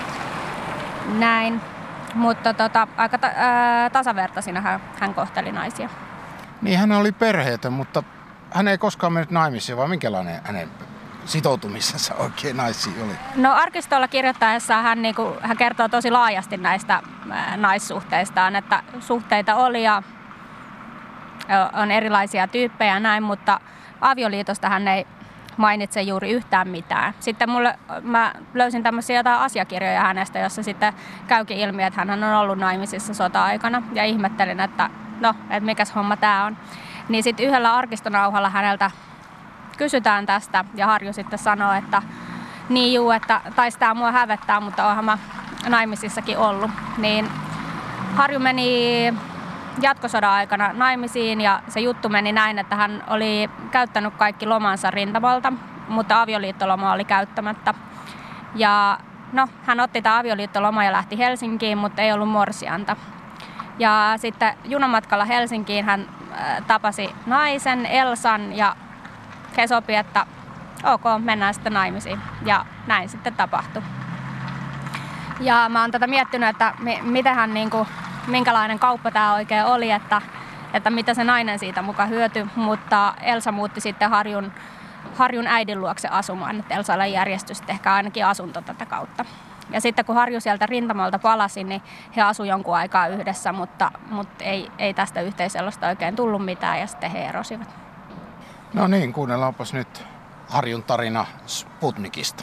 [SPEAKER 4] näin, mutta tota, aika ta- ää, tasavertaisina hän, hän kohteli naisia.
[SPEAKER 7] Niin hän oli perheetön, mutta hän ei koskaan mennyt naimisiin, vai minkälainen hänen sitoutumisessa oikein naisiin oli?
[SPEAKER 4] No arkistolla kirjoittaessaan hän, niin kuin, hän kertoo tosi laajasti näistä naissuhteistaan, että suhteita oli ja on erilaisia tyyppejä ja näin, mutta avioliitosta hän ei mainitse juuri yhtään mitään. Sitten mulle, mä löysin tämmöisiä jotain asiakirjoja hänestä, jossa sitten käykin ilmi, että hän on ollut naimisissa sota-aikana ja ihmettelin, että no, että mikäs homma tää on. Niin sitten yhdellä arkistonauhalla häneltä kysytään tästä ja Harju sitten sanoo, että niin juu, että taisi tää mua hävettää, mutta oonhan mä naimisissakin ollut. Niin Harju meni jatkosodan aikana naimisiin ja se juttu meni näin, että hän oli käyttänyt kaikki lomansa rintamalta, mutta avioliittoloma oli käyttämättä. Ja no, hän otti tämä avioliittoloma ja lähti Helsinkiin, mutta ei ollut morsianta. Ja sitten junamatkalla Helsinkiin hän tapasi naisen, Elsan, ja he sopi, että ok, mennään sitten naimisiin. Ja näin sitten tapahtui. Ja mä oon tätä miettinyt, että miten hän niinku, minkälainen kauppa tämä oikein oli, että, että mitä se nainen siitä mukaan hyötyi, mutta Elsa muutti sitten Harjun, Harjun äidin luokse asumaan, että Elsalle järjestyi sitten ehkä ainakin asunto tätä kautta. Ja sitten kun Harju sieltä rintamalta palasi, niin he asuivat jonkun aikaa yhdessä, mutta, mutta ei, ei tästä yhteiselosta oikein tullut mitään ja sitten he erosivat.
[SPEAKER 7] No niin, kuunnellaanpas nyt Harjun tarina Sputnikista.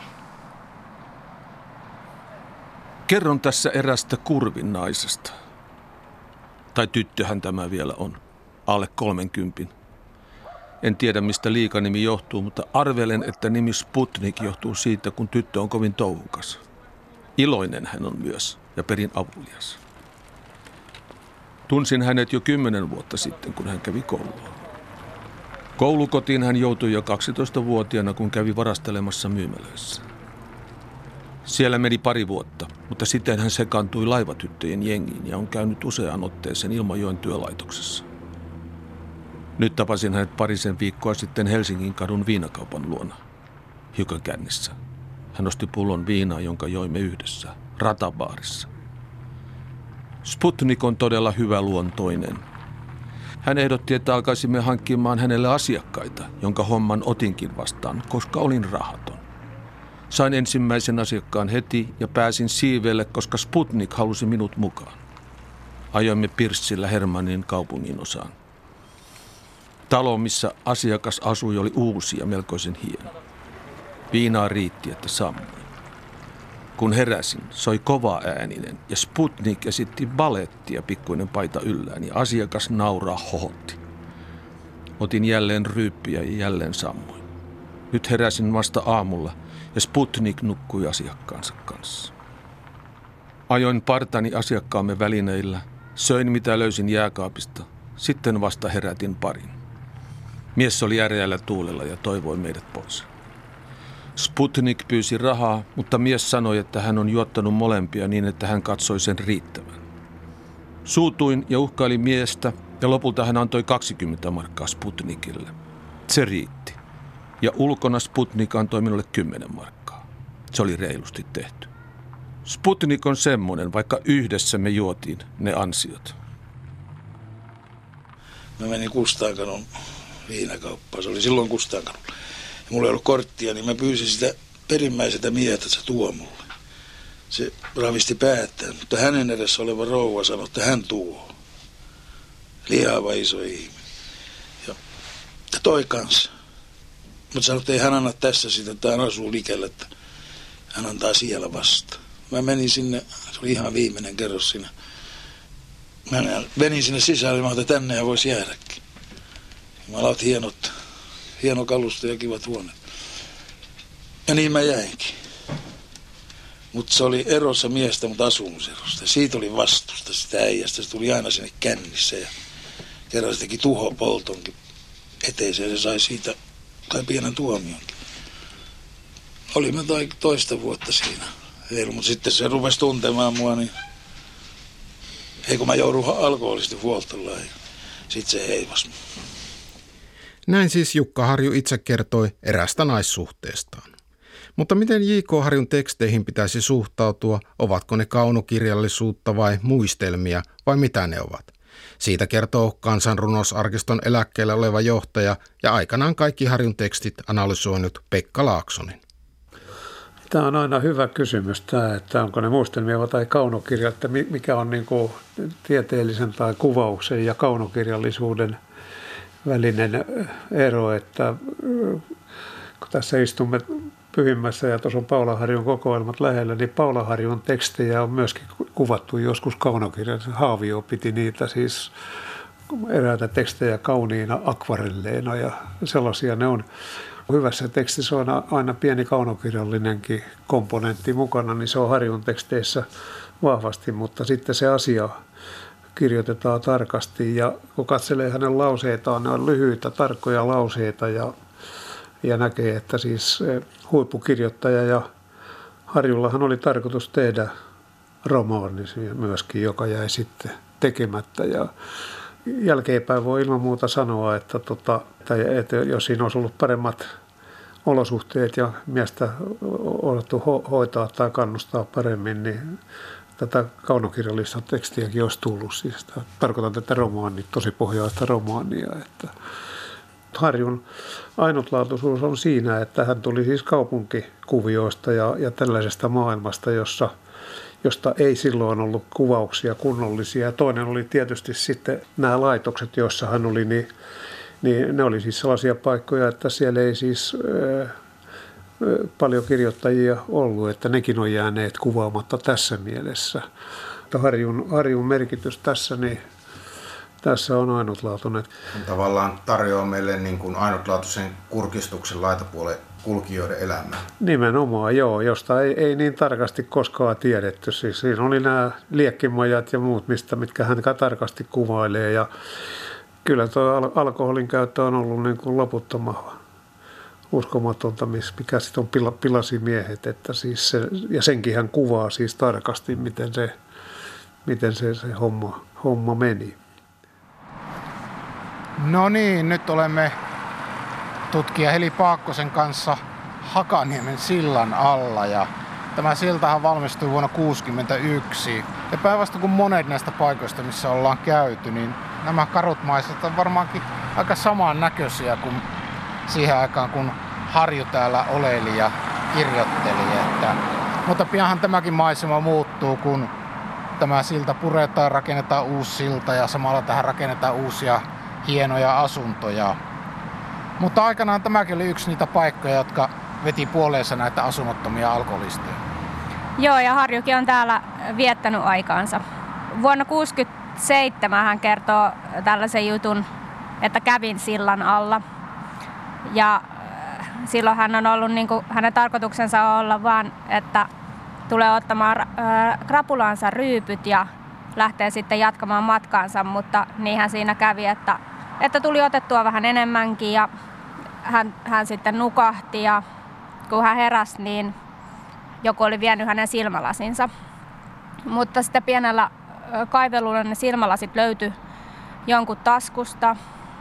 [SPEAKER 2] Kerron tässä erästä kurvin naisesta. Tai tyttöhän tämä vielä on, alle kolmenkympin. En tiedä mistä liikanimi johtuu, mutta arvelen, että nimi Sputnik johtuu siitä, kun tyttö on kovin touhukas. Iloinen hän on myös ja perin avulias. Tunsin hänet jo kymmenen vuotta sitten, kun hän kävi koulua. Koulukotiin hän joutui jo kaksitoistavuotiaana, kun kävi varastelemassa myymälöissä. Siellä meni pari vuotta, mutta sitten hän sekaantui laivatyttöjen jengiin ja on käynyt useaan otteeseen Ilmajoen työlaitoksessa. Nyt tapasin hänet parisen viikkoa sitten Helsingin kadun viinakaupan luona, hiukan kännissä. Hän osti pullon viinaa, jonka joimme yhdessä, ratabaarissa. Sputnik on todella hyvä luontoinen. Hän ehdotti, että alkaisimme hankkimaan hänelle asiakkaita, jonka homman otinkin vastaan, koska olin rahaton. Sain ensimmäisen asiakkaan heti ja pääsin siiveelle, koska Sputnik halusi minut mukaan. Ajoimme Pirssillä Hermannin kaupungin osaan. Talo, missä asiakas asui, oli uusi ja melkoisen hieno. Viinaa riitti, että sammuin. Kun heräsin, soi kova ääninen ja Sputnik esitti balettia pikkuinen paita yllään ja asiakas nauraa hohotti. Otin jälleen ryyppiä ja jälleen sammuin. Nyt heräsin vasta aamulla ja Sputnik nukkui asiakkaansa kanssa. Ajoin partani asiakkaamme välineillä, söin mitä löysin jääkaapista, sitten vasta herätin parin. Mies oli järeällä tuulella ja toivoi meidät pois. Sputnik pyysi rahaa, mutta mies sanoi, että hän on juottanut molempia niin, että hän katsoi sen riittävän. Suutuin ja uhkailin miestä ja lopulta hän antoi kaksikymmentä markkaa Sputnikille. Se riitti. Ja ulkona Sputnik antoi minulle kymmenen markkaa. Se oli reilusti tehty. Sputnik on semmoinen, vaikka yhdessä me juotiin ne ansiot.
[SPEAKER 1] Mä menin Kustaankanun viinakauppaan. Se oli silloin Kustaankanulla. Ja mulla ei ollut korttia, niin mä pyysin sitä perimmäiseltä mieheltä, että se tuo mulle. Se ravisti päättään, mutta hänen edessä oleva rouva sanoi, että hän tuo. Lihava iso ihminen. Ja, ja toi kanssa. Mutta sanoi, että ei hän anna tässä sitä, että hän asuu likellä, että hän antaa siellä vasta. Mä menin sinne, se oli ihan viimeinen kerros siinä. Mä menin sinne sisälle, mä että tännehän voisi jäädäkin. Mä aloit hienot, hieno kalusto ja kivat huoneet. Ja niin mä jäinkin. Mutta se oli erossa miestä, mutta asumuserosta. Siitä oli vastusta sitä äijästä. Se tuli aina sinne kännissä ja kerran se teki tuhopoltonkin eteiseen. Se sai siitä kai pienen tuomionkin. Olimme toista vuotta siinä. Ei, mutta sitten se rupesi tuntemaan mua, niin ei kun mä joudun alkoholisesti huoltolaan. Sitten se heivasi.
[SPEAKER 3] Näin siis Jukka Harju itse kertoi erästä naissuhteestaan. Mutta miten J K. Harjun teksteihin pitäisi suhtautua? Ovatko ne kaunokirjallisuutta vai muistelmia vai mitä ne ovat? Siitä kertoo Kansanrunousarkiston eläkkeellä oleva johtaja ja aikanaan kaikki Harjun tekstit analysoinut Pekka Laaksonen.
[SPEAKER 6] Tämä on aina hyvä kysymys, tämä, että onko ne muistelmia tai kaunokirja, että mikä on niin kuin tieteellisen tai kuvauksen ja kaunokirjallisuuden välinen ero, että kun tässä istumme Pyhimmässä ja tuossa on Paula Harjun kokoelmat lähellä, niin Paula Harjun tekstejä on myöskin kuvattu joskus kaunokirjassa. Haavio piti niitä siis eräitä tekstejä kauniina akvarelleina ja sellaisia ne on. Hyvässä tekstissä on aina pieni kaunokirjallinenkin komponentti mukana, niin se on Harjun teksteissä vahvasti, mutta sitten se asia kirjoitetaan tarkasti ja kun katselee hänen lauseitaan, ne on lyhyitä, tarkkoja lauseita ja, ja näkee, että siis huippukirjoittaja ja Harjullahan oli tarkoitus tehdä romaani myöskin, joka jäi sitten tekemättä ja jälkeenpäin voi ilman muuta sanoa, että, tota, että jos siinä olisi ollut paremmat olosuhteet ja miestä odottu ho- hoitaa tai kannustaa paremmin, niin tätä kaunokirjallista tekstiäkin olisi tullut. Siis tarkoitan tätä romaania, tosi pohjaista romaania. Että Harjun ainutlaatuisuus on siinä, että hän tuli siis kaupunkikuvioista ja, ja tällaisesta maailmasta, jossa josta ei silloin ollut kuvauksia kunnollisia. Toinen oli tietysti sitten nämä laitokset, joissa hän oli, niin, niin ne oli siis sellaisia paikkoja, että siellä ei siis ää, paljon kirjoittajia ollut, että nekin on jääneet kuvaamatta tässä mielessä. Harjun, Harjun merkitys tässä, niin tässä on ainutlaatuinen.
[SPEAKER 8] Tavallaan tarjoaa meille niin kuin ainutlaatuisen kurkistuksen laitapuolen kulkijoiden elämää.
[SPEAKER 6] Nimenomaan, joo, josta ei, ei niin tarkasti koskaan tiedetty. Siis siinä oli nämä liekkimajat ja muut, mistä, mitkä hän tarkasti kuvailee. Ja kyllä tuo al- alkoholin käyttö on ollut niin kuin loputtoman uskomatonta, mikä sitten on pila, pilasimiehet. Että siis se, ja senkin hän kuvaa siis tarkasti, miten se, miten se, se homma, homma meni.
[SPEAKER 7] No niin, nyt olemme tutkija Heli Paakkosen kanssa Hakaniemen sillan alla ja tämä siltahan valmistui vuonna tuhatyhdeksänsataakuusikymmentäyksi. Ja päinvastoin kuin monet näistä paikoista, missä ollaan käyty, niin nämä karut maiset on varmaankin aika saman näköisiä kuin siihen aikaan, kun Harju täällä oleili ja kirjoitteli. Että, mutta pianhan tämäkin maisema muuttuu, kun tämä silta puretaan, rakennetaan uusi silta ja samalla tähän rakennetaan uusia hienoja asuntoja. Mutta aikanaan tämäkin oli yksi niitä paikkoja, jotka veti puoleensa näitä asunnottomia alkoholisteja.
[SPEAKER 4] Joo, ja Harjukin on täällä viettänyt aikaansa. Vuonna tuhatyhdeksänsataakuusikymmentäseitsemän hän kertoo tällaisen jutun, että kävin sillan alla. Ja silloin hän on ollut, niin kuin, hänen tarkoituksensa on olla vaan, että tulee ottamaan äh, krapulaansa ryypyt ja lähtee sitten jatkamaan matkaansa, mutta niinhän siinä kävi, että, että tuli otettua vähän enemmänkin ja hän, hän sitten nukahti ja kun hän heräsi, niin joku oli vienyt hänen silmälasinsa. Mutta sitten pienellä kaivelulla ne silmälasit löytyi jonkun taskusta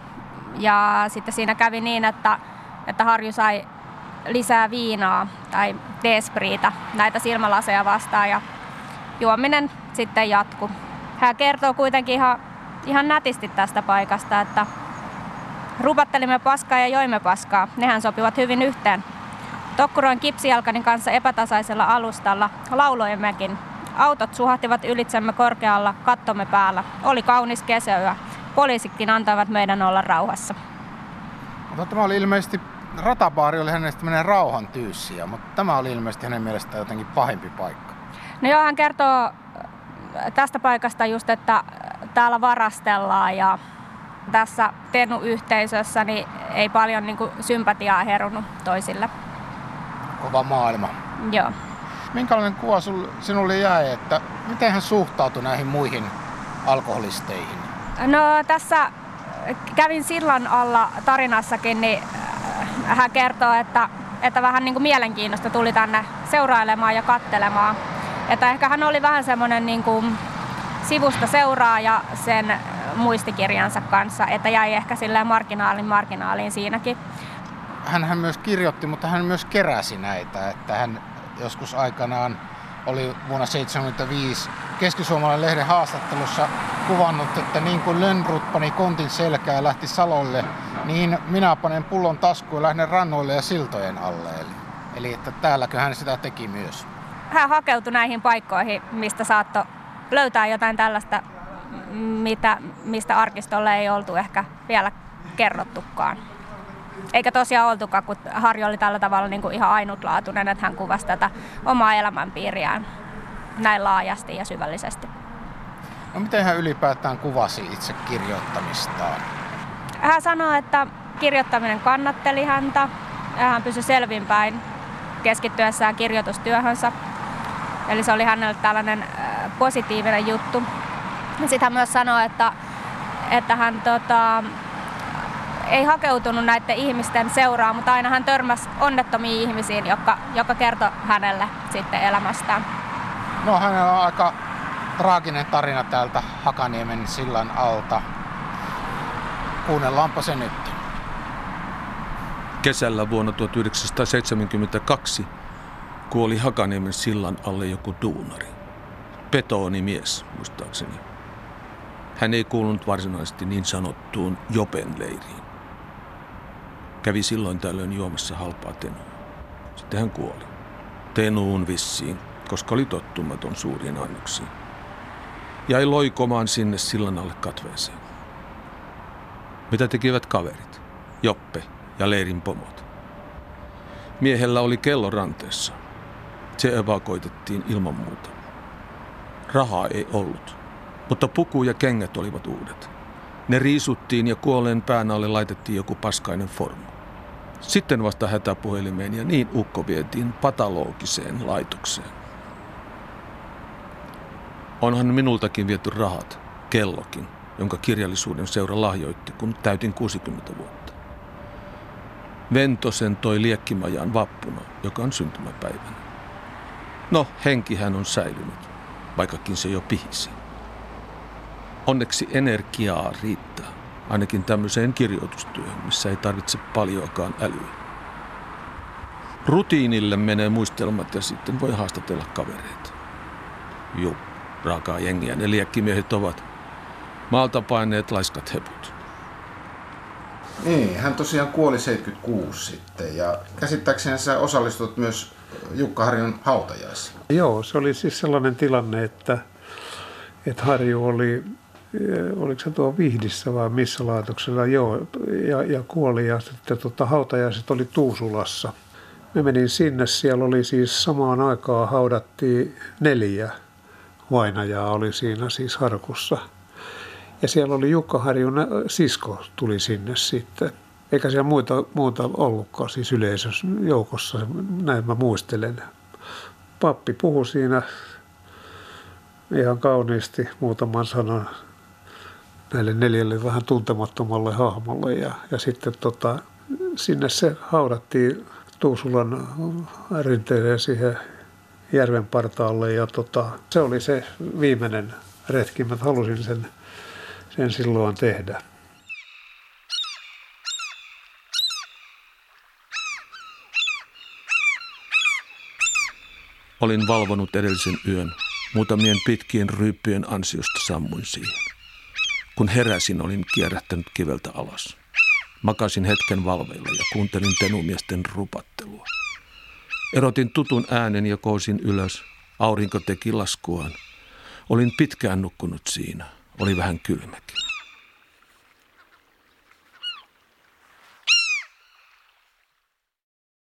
[SPEAKER 4] ja sitten siinä kävi niin, että, että Harju sai lisää viinaa tai teespriitä näitä silmälaseja vastaan ja juominen sitten jatkui. Hän kertoo kuitenkin ihan, ihan nätisti tästä paikasta, että rupattelimme paskaa ja joimme paskaa. Nehän sopivat hyvin yhteen. Tokkuroin kipsijalkani kanssa epätasaisella alustalla lauloimmekin. Autot suhahtivat ylitsemme korkealla kattomme päällä. Oli kaunis kesäyö. Poliisitkin antoivat meidän olla rauhassa.
[SPEAKER 7] Mutta tämä oli ilmeisesti, ratabaari oli hänestä tämmöinen rauhan tyyssiä, mutta tämä oli ilmeisesti hänen mielestään jotenkin pahempi paikka.
[SPEAKER 4] No joo, hän kertoo tästä paikasta just, että täällä varastellaan ja tässä Tenu-yhteisössä niin ei paljon niin kuin sympatiaa herunut toisille.
[SPEAKER 7] Kova maailma.
[SPEAKER 4] Joo.
[SPEAKER 7] Minkälainen kuva sinulle jäi, että miten hän suhtautui näihin muihin alkoholisteihin?
[SPEAKER 4] No tässä kävin sillan alla tarinassakin, niin hän kertoo, että, että vähän niin kuin mielenkiinnosta tuli tänne seurailemaan ja katselemaan. Että ehkä hän oli vähän semmoinen niin kuin sivusta seuraaja sen muistikirjansa kanssa, että jäi ehkä silleen marginaalin marginaaliin siinäkin.
[SPEAKER 7] Hän myös kirjoitti, mutta hän myös keräsi näitä, että hän joskus aikanaan oli vuonna seitsemänkymmentäviisi Keski-Suomalainen lehden haastattelussa kuvannut, että niin kuin Lönnrot pani kontin selkää ja lähti Salolle, niin minä panen pullon taskuun ja lähden rannoille ja siltojen alle. Eli, eli että täälläkö hän sitä teki myös.
[SPEAKER 4] Hän hakeutui näihin paikkoihin, mistä saattoi löytää jotain tällaista, mitä, mistä arkistolle ei oltu ehkä vielä kerrottukaan. Eikä tosiaan oltukaan, kun Harju oli tällä tavalla niin kuin ihan ainutlaatuinen, että hän kuvasi tätä omaa elämänpiiriään näin laajasti ja syvällisesti.
[SPEAKER 7] No miten hän ylipäätään kuvasi itse kirjoittamistaan?
[SPEAKER 4] Hän sanoi, että kirjoittaminen kannatteli häntä ja hän pysyi selvinpäin keskittyessään kirjoitustyöhönsä. Eli se oli hänelle tällainen positiivinen juttu. Sitten hän myös sanoi, että, että hän tota, ei hakeutunut näiden ihmisten seuraan, mutta aina hän törmäsi onnettomiin ihmisiin, jotka, jotka kertoi hänelle sitten elämästään.
[SPEAKER 7] No hänellä on aika traaginen tarina täältä Hakaniemen sillan alta. Kuunnellaanpa se nyt.
[SPEAKER 2] Kesällä vuonna tuhatyhdeksänsataaseitsemänkymmentäkaksi kuoli Hakaniemen sillan alle joku duunari. Betonimies, muistaakseni. Hän ei kuulunut varsinaisesti niin sanottuun Jopen leiriin. Kävi silloin tällöin juomassa halpaa tenua. Sitten hän kuoli. Tenuun vissiin, koska oli tottumaton suuriin annoksiin. Jäi loikomaan sinne sillan alle katveeseen. Mitä tekivät kaverit? Joppe ja leirin pomot. Miehellä oli kello ranteessa. Se evakoitettiin ilman muuta. Rahaa ei ollut, mutta puku ja kengät olivat uudet. Ne riisuttiin ja kuolleen pään alle laitettiin joku paskainen formu. Sitten vasta hätäpuhelimeen ja niin ukko vietiin patologiseen laitokseen. Onhan minultakin viety rahat, kellokin, jonka kirjallisuuden seura lahjoitti, kun täytin kuusikymmentä vuotta. Ventosen toi Liekkimajaan vappuna, joka on syntymäpäivänä. No, henkihän on säilynyt, vaikkakin se jo pihisi. Onneksi energiaa riittää, ainakin tämmöiseen kirjoitustyöhön, missä ei tarvitse paljoakaan älyä. Rutiinille menee muistelmat ja sitten voi haastatella kavereita. Juu, raakaa jengiä ne liekkimiehet ovat. Maalta paineet laiskat heput.
[SPEAKER 8] Niin, hän tosiaan kuoli seitsemänkymmentäkuusi sitten ja käsittääkseni sä osallistut myös Jukka Harjun hautajaisiin.
[SPEAKER 6] Joo, se oli siis sellainen tilanne, että, että Harju oli, oliko se tuo Vihdissä vai missä laitoksella, joo, ja, ja kuoli ja sitten tota, hautajaiset oli Tuusulassa. Me menin sinne, siellä oli siis samaan aikaan haudattiin neljä vainajaa oli siinä siis Harkussa. Ja siellä oli Jukka Harjun sisko tuli sinne sitten. Eikä siellä muita, muuta ollutkaan siis yleisössä joukossa, näin mä muistelen. Pappi puhui siinä ihan kauniisti muutaman sanan näille neljälle vähän tuntemattomalle hahmolle. Ja, ja sitten tota, sinne se haudattiin Tuusulan rinteeseen siihen järven partaalle. Ja tota, se oli se viimeinen retki. Mä halusin sen, sen silloin tehdä.
[SPEAKER 2] Olin valvonut edellisen yön. Muutamien pitkien ryyppyjen ansiosta sammuin siihen. Kun heräsin, olin kierähtänyt kiveltä alas. Makasin hetken valveilla ja kuuntelin tenumiesten rupattelua. Erotin tutun äänen ja kousin ylös. Aurinko teki laskuaan. Olin pitkään nukkunut siinä. Oli vähän kylmäkin.